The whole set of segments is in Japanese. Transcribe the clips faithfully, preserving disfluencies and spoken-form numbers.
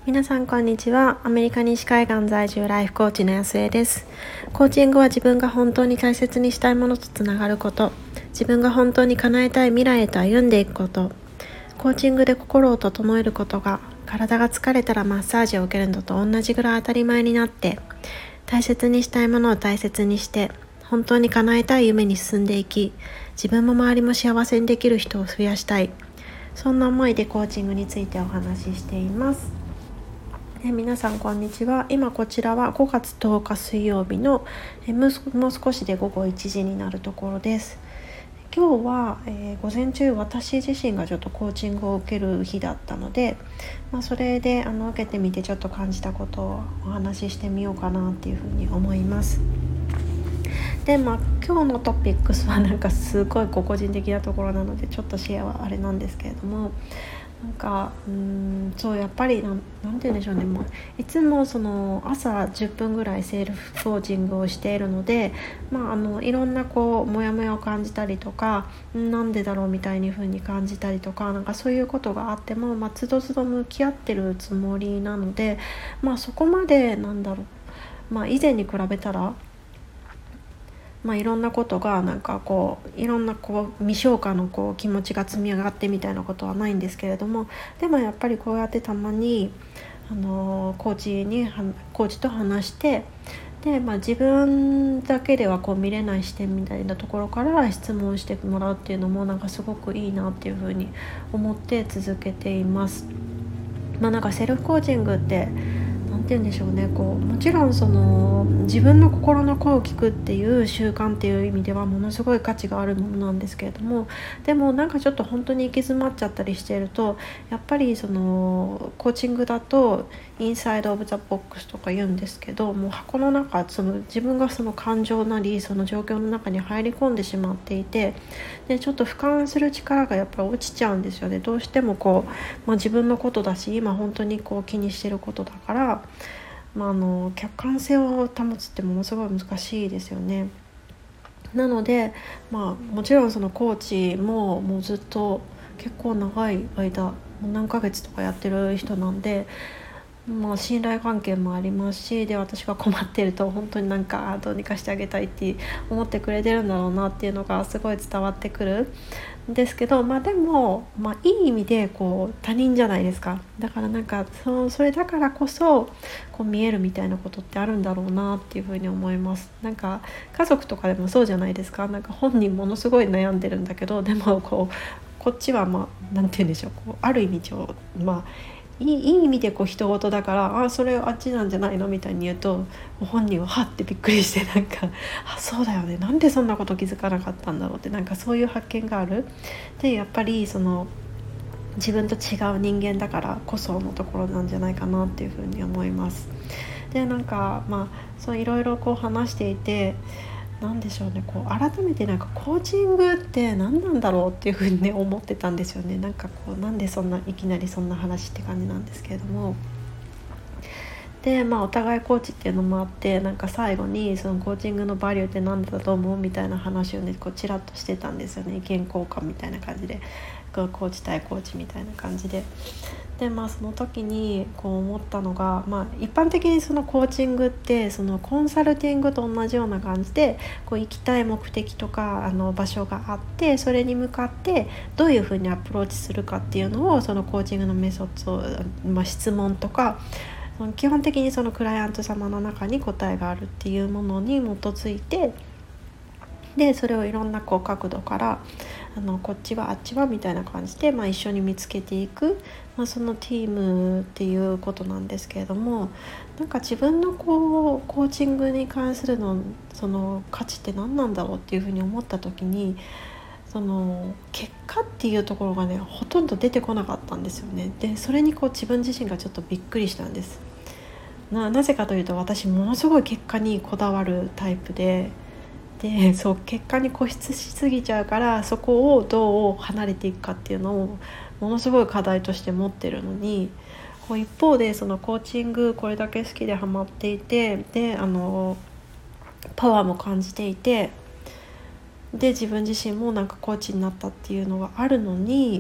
皆さんこんにちは。アメリカ西海岸在住ライフコーチの安江です。コーチングは自分が本当に大切にしたいものとつながること、自分が本当に叶えたい未来へと歩んでいくこと、コーチングで心を整えることが体が疲れたらマッサージを受けるのと同じぐらい当たり前になって、大切にしたいものを大切にして本当に叶えたい夢に進んでいき、自分も周りも幸せにできる人を増やしたい、そんな思いでコーチングについてお話ししています。え皆さんこんにちは。今こちらはごがつとおか水曜日のえもう少しで午後いちじになるところです。今日は、えー、午前中私自身がちょっとコーチングを受ける日だったので、まあ、それであの受けてみてちょっと感じたことをお話ししてみようかなっていうふうに思います。で、まあ、今日のトピックスはなんかすごい個人的なところなのでちょっとシェアはあれなんですけれども、なんかうーんそうやっぱりなんなんて言うんでしょうね、もういつもその朝じゅっぷんぐらいセルフコーチングをしているので、まあ、あのいろんなこうモヤモヤを感じたりとか、なんでだろうみたいに風に感じたりとか、なんかそういうことがあっても、まあ、つどつど向き合ってるつもりなので、まあ、そこまでなんだろう、まあ、以前に比べたらまあ、いろんなことがなんかこういろんなこう未消化のこう気持ちが積み上がってみたいなことはないんですけれども、でもやっぱりこうやってたまにあのコーチにコーチと話して、で、まあ、自分だけではこう見れない視点みたいなところから質問してもらうっていうのもなんかすごくいいなっていうふうに思って続けています。まあ、なんかセルフコーチングってなんて言うんでしょうね、こうもちろんその自分の心の声を聞くっていう習慣っていう意味ではものすごい価値があるものなんですけれども、でもなんかちょっと本当に行き詰まっちゃったりしていると、やっぱりそのコーチングだとインサイドオブザボックスとか言うんですけど、もう箱の中、その自分がその感情なりその状況の中に入り込んでしまっていて、でちょっと俯瞰する力がやっぱり落ちちゃうんですよね。どうしてもこう、まあ、自分のことだし今本当にこう気にしてることだから、まあ、あの客観性を保つってものすごい難しいですよね。なので、まあ、もちろんそのコーチももうずっと結構長い間もう何ヶ月とかやってる人なんで、まあ、信頼関係もありますし、で私が困っていると本当になんかどうにかしてあげたいって思ってくれてるんだろうなっていうのがすごい伝わってくるんですけど、まあでも、まあ、いい意味でこう他人じゃないですか。だからなんかそそれだからこそこう見えるみたいなことってあるんだろうなっていうふうに思います。なんか家族とかでもそうじゃないですか。なんか本人ものすごい悩んでるんだけど、でもこうこっちはまあなんて言うんでしょう、こうある意味上まあいい、いい意味でこう人事だから、あそれあっちなんじゃないのみたいに言うと、本人ははってびっくりして、なんかあそうだよね、なんでそんなこと気づかなかったんだろうって、なんかそういう発見がある。でやっぱりその自分と違う人間だからこそのところなんじゃないかなっていうふうに思います。でなんかまあそういろいろこう話していて、なんでしょうね、こう改めてなんかコーチングって何なんだろうっていうふうにね思ってたんですよね。なんかこうなんでそんないきなりそんな話って感じなんですけれども、でまあお互いコーチっていうのもあって、なんか最後にそのコーチングのバリューって何だと思うみたいな話をねこうちらっとしてたんですよね。意見交換みたいな感じで、コーチ対コーチみたいな感じで。でまあその時にこう思ったのが、まあ、一般的にそのコーチングってそのコンサルティングと同じような感じで、こう行きたい目的とかあの場所があって、それに向かってどういうふうにアプローチするかっていうのを、そのコーチングのメソッドを、まあ、質問とか基本的にそのクライアント様の中に答えがあるっていうものに基づいて、でそれをいろんなこう角度からあのこっちはあっちはみたいな感じで、まあ、一緒に見つけていく、まあ、そのチームっていうことなんですけれども、なんか自分のこうコーチングに関するのその価値って何なんだろうっていうふうに思った時に、その結果っていうところがねほとんど出てこなかったんですよね。でそれにこう自分自身がちょっとびっくりしたんです。な, なぜかというと、私ものすごい結果にこだわるタイプで、でそう結果に固執しすぎちゃうから、そこをどう離れていくかっていうのをものすごい課題として持ってるのに、こう一方でそのコーチングこれだけ好きでハマっていて、であのパワーも感じていて、で自分自身もなんかコーチになったっていうのがあるのに、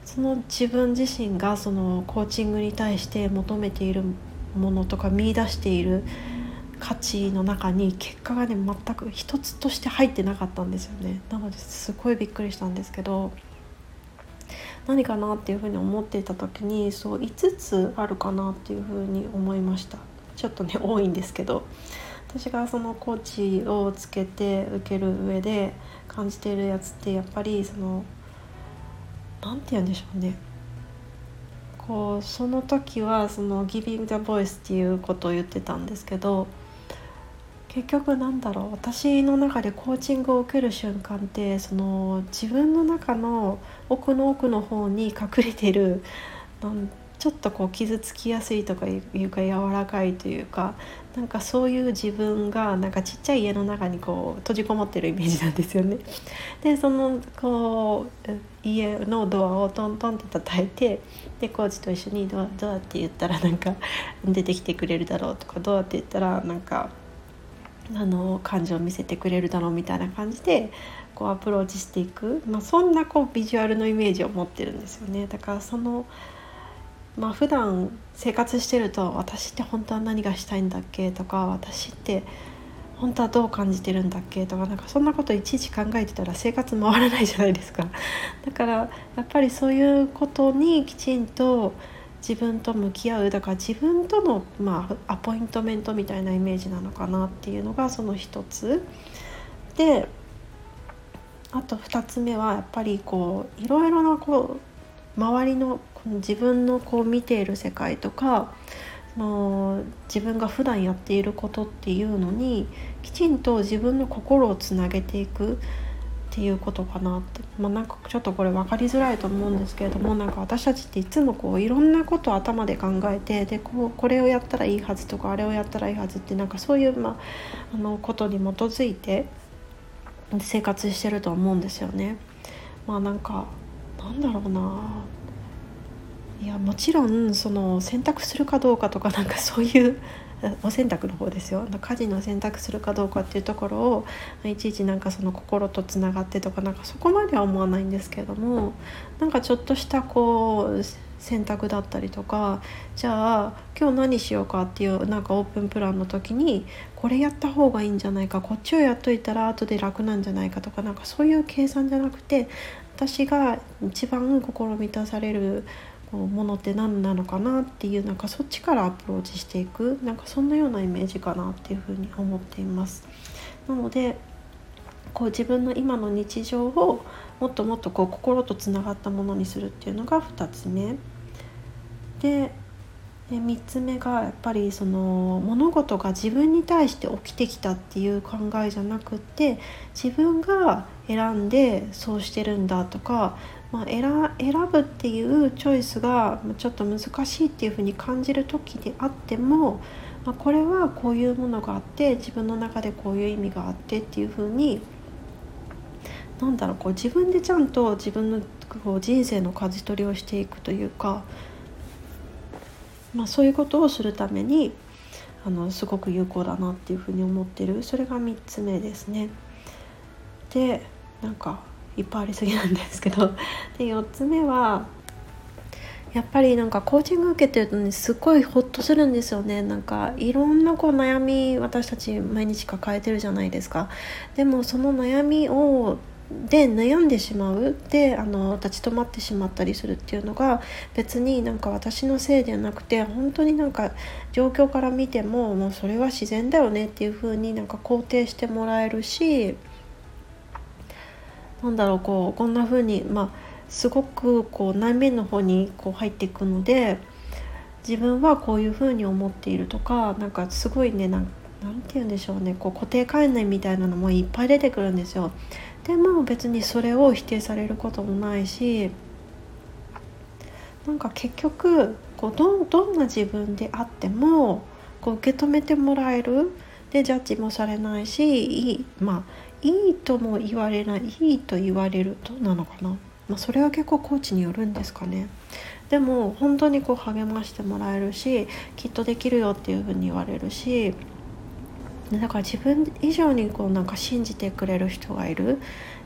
その自分自身がそのコーチングに対して求めているものとか見出している価値の中に結果がね全く一つとして入ってなかったんですよね。なのですごいびっくりしたんですけど、何かなっていうふうに思っていた時にそういつつあるかなっていうふうに思いました。ちょっとね多いんですけど、私がそのコーチをつけて受ける上で感じているやつってやっぱりそのなんて言うんでしょうね、こうその時はその Giving the Voice っていうことを言ってたんですけど、結局なんだろう、私の中でコーチングを受ける瞬間ってその自分の中の奥の奥の方に隠れているなんちょっとこう傷つきやすいとかいうか柔らかいというか、なんかそういう自分がなんかちっちゃい家の中にこう閉じこもってるイメージなんですよね。でそのこう家のドアをトントンって叩いて、でコーチと一緒にどうどうやって言ったらなんか出てきてくれるだろうとか、どうやって言ったらなんかあの感情を見せてくれるだろうみたいな感じでこうアプローチしていく、まあ、そんなこうビジュアルのイメージを持ってるんですよね。だからそのまあ普段生活してると、私って本当は何がしたいんだっけとか、私って本当はどう感じてるんだっけとか、なんかそんなこといちいち考えてたら生活回らないじゃないですか。だからやっぱりそういうことにきちんと自分と向き合う、だから自分との、まあ、アポイントメントみたいなイメージなのかなっていうのがその一つで、あと二つ目はやっぱりこういろいろなこう周りのこの自分のこう見ている世界とかの自分が普段やっていることっていうのにきちんと自分の心をつなげていくっていうことかなって、まあ、なんかちょっとこれ分かりづらいと思うんですけれども、なんか私たちっていつもこういろんなことを頭で考えて、でこうこれをやったらいいはずとかあれをやったらいいはずって、なんかそういう、まあ、あのことに基づいて生活してると思うんですよね。まあなんかなんだろうな、いやもちろんその選択するかどうかとか、なんかそういうお選択の方ですよ、家事の選択するかどうかっていうところをいちいちなんかその心とつながってとか、なんかそこまでは思わないんですけれども、なんかちょっとしたこう選択だったりとか、じゃあ今日何しようかっていうなんかオープンプランの時にこれやった方がいいんじゃないか、こっちをやっといたら後で楽なんじゃないかとか、なんかそういう計算じゃなくて、私が一番心満たされるものって何なのかなっていう、なんかそっちからアプローチしていく、なんかそんなようなイメージかなっていうふうに思っています。なのでこう自分の今の日常をもっともっとこう心とつながったものにするっていうのがふたつめで、でみっつめがやっぱりその物事が自分に対して起きてきたっていう考えじゃなくって、自分が選んでそうしてるんだとか、まあ、選, 選ぶっていうチョイスがちょっと難しいっていう風に感じる時であっても、まあ、これはこういうものがあって自分の中でこういう意味があってっていう風に、なんだろう、こう自分でちゃんと自分のこう人生の舵取りをしていくというか、まあ、そういうことをするためにあのすごく有効だなっていうふうに思ってる。それがみっつめですね。でなんかいっぱいありすぎなんですけどでよっつめはやっぱりなんかコーチング受けてるとね、すごいホッとするんですよね。なんかいろんなこう悩み私たち毎日抱えてるじゃないですか。でもその悩みをで悩んでしまうであの立ち止まってしまったりするっていうのが別になんか私のせいではなくて、本当になんか状況から見てももうそれは自然だよねっていう風になんか肯定してもらえるし、なんだろう、こうこんな風にまあすごくこう内面の方にこう入っていくので、自分はこういう風に思っているとか、なんかすごいね、なんなんて言うんでしょうね、こう固定観念みたいなのもいっぱい出てくるんですよ。でも別にそれを否定されることもないし、なんか結局こう ど, どんな自分であってもこう受け止めてもらえる、でジャッジもされないし、いいまあいいとも言われない、いいと言われるとなのかな、まあ、それは結構コーチによるんですかね。でも本当にこう励ましてもらえるし、きっとできるよっていうふうに言われるし、だから自分以上にこうなんか信じてくれる人がいるっ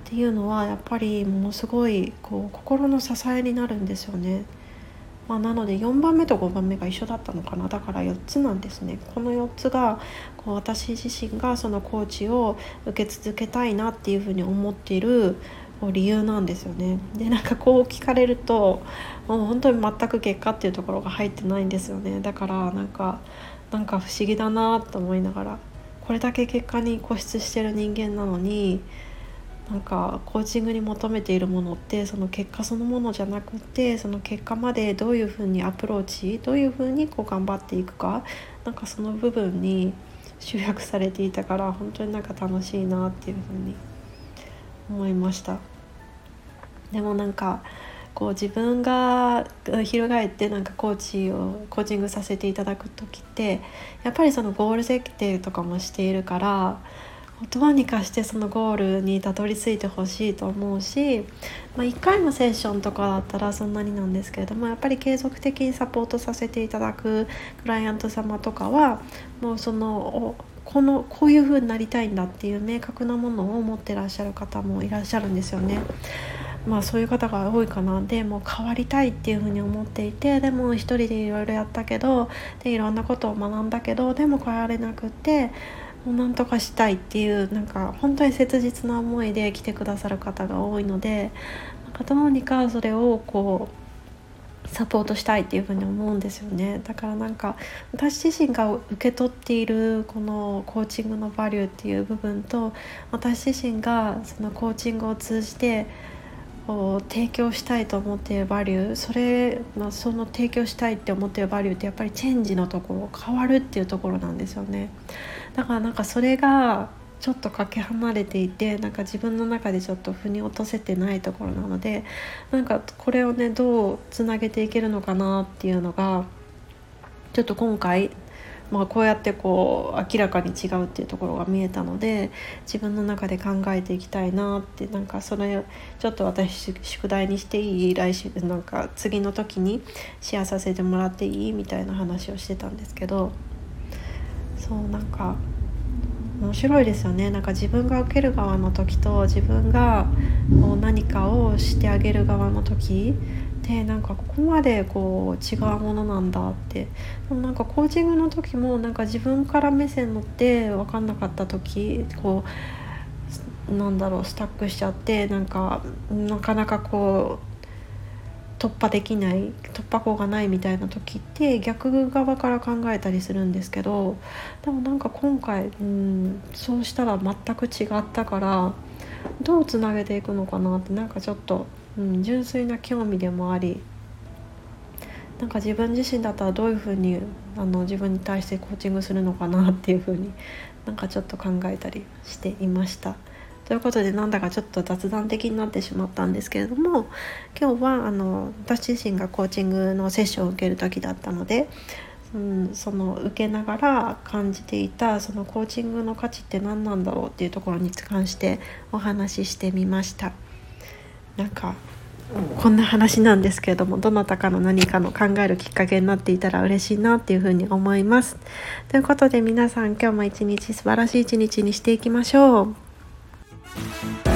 っていうのはやっぱりものすごいこう心の支えになるんですよね。まあ、なのでよんばんめとごばんめが一緒だったのかな。だからよっつなんですね。このよっつがこう私自身がそのコーチを受け続けたいなっていうふうに思っている理由なんですよね。でなんかこう聞かれるともう本当に全く結果っていうところが入ってないんですよね。だからなんかなんか不思議だなと思いながら、これだけ結果に固執してる人間なのに、なんかコーチングに求めているものってその結果そのものじゃなくて、その結果までどういうふうにアプローチ、どういうふうにこう頑張っていくか、なんかその部分に集約されていたから、本当になんか楽しいなっていうふうに思いました。でもなんかこう自分が翻ってなんかコーチをコーチングさせていただく時って、やっぱりそのゴール設定とかもしているから、どうにかしてそのゴールにたどり着いてほしいと思うし、まあ、いっかいのセッションとかだったらそんなになんですけれども、やっぱり継続的にサポートさせていただくクライアント様とかはもうそのこのこういう風になりたいんだっていう明確なものを持ってらっしゃる方もいらっしゃるんですよね。まあそういう方が多いかな。でも変わりたいっていう風に思っていて、でも一人でいろいろやったけど、でいろんなことを学んだけど、でも変われなくってもうなんとかしたいっていう、なんか本当に切実な思いで来てくださる方が多いので、なんかどうにかそれをこうサポートしたいっていうふうに思うんですよね。だからなんか私自身が受け取っているこのコーチングのバリューっていう部分と、私自身がそのコーチングを通じてこう提供したいと思っているバリュー、それ、まあ、その提供したいって思っているバリューってやっぱりチェンジのところ、変わるっていうところなんですよね。だからなんかそれがちょっとかけ離れていて、なんか自分の中でちょっと腑に落とせてないところなので、なんかこれをねどうつなげていけるのかなっていうのがちょっと今回、まあ、こうやってこう明らかに違うっていうところが見えたので、自分の中で考えていきたいなって、なんかそれちょっと私宿題にしていい、来週なんか次の時にシェアさせてもらっていいみたいな話をしてたんですけど、そうなんか面白いですよね。なんか自分が受ける側の時と自分がこう何かをしてあげる側の時で、なんかここまでこう違うものなんだって。でもなんかコーチングの時もなんか自分から目線乗って分かんなかった時、こうなんだろうスタックしちゃって、なんかなかなかこう突破できない、突破口がないみたいな時って逆側から考えたりするんですけど、でもなんか今回、うん、そうしたら全く違ったから、どうつなげていくのかなって、なんかちょっと、うん、純粋な興味でもあり、なんか自分自身だったらどういうふうにあの自分に対してコーチングするのかなっていうふうになんかちょっと考えたりしていました。ということで、なんだかちょっと雑談的になってしまったんですけれども、今日はあの私自身がコーチングのセッションを受ける時だったので、うん、その受けながら感じていたそのコーチングの価値って何なんだろうっていうところに関してお話ししてみました。なんかこんな話なんですけれども、どなたかの何かの考えるきっかけになっていたら嬉しいなっていうふうに思います。ということで皆さん、今日も一日素晴らしい一日にしていきましょう。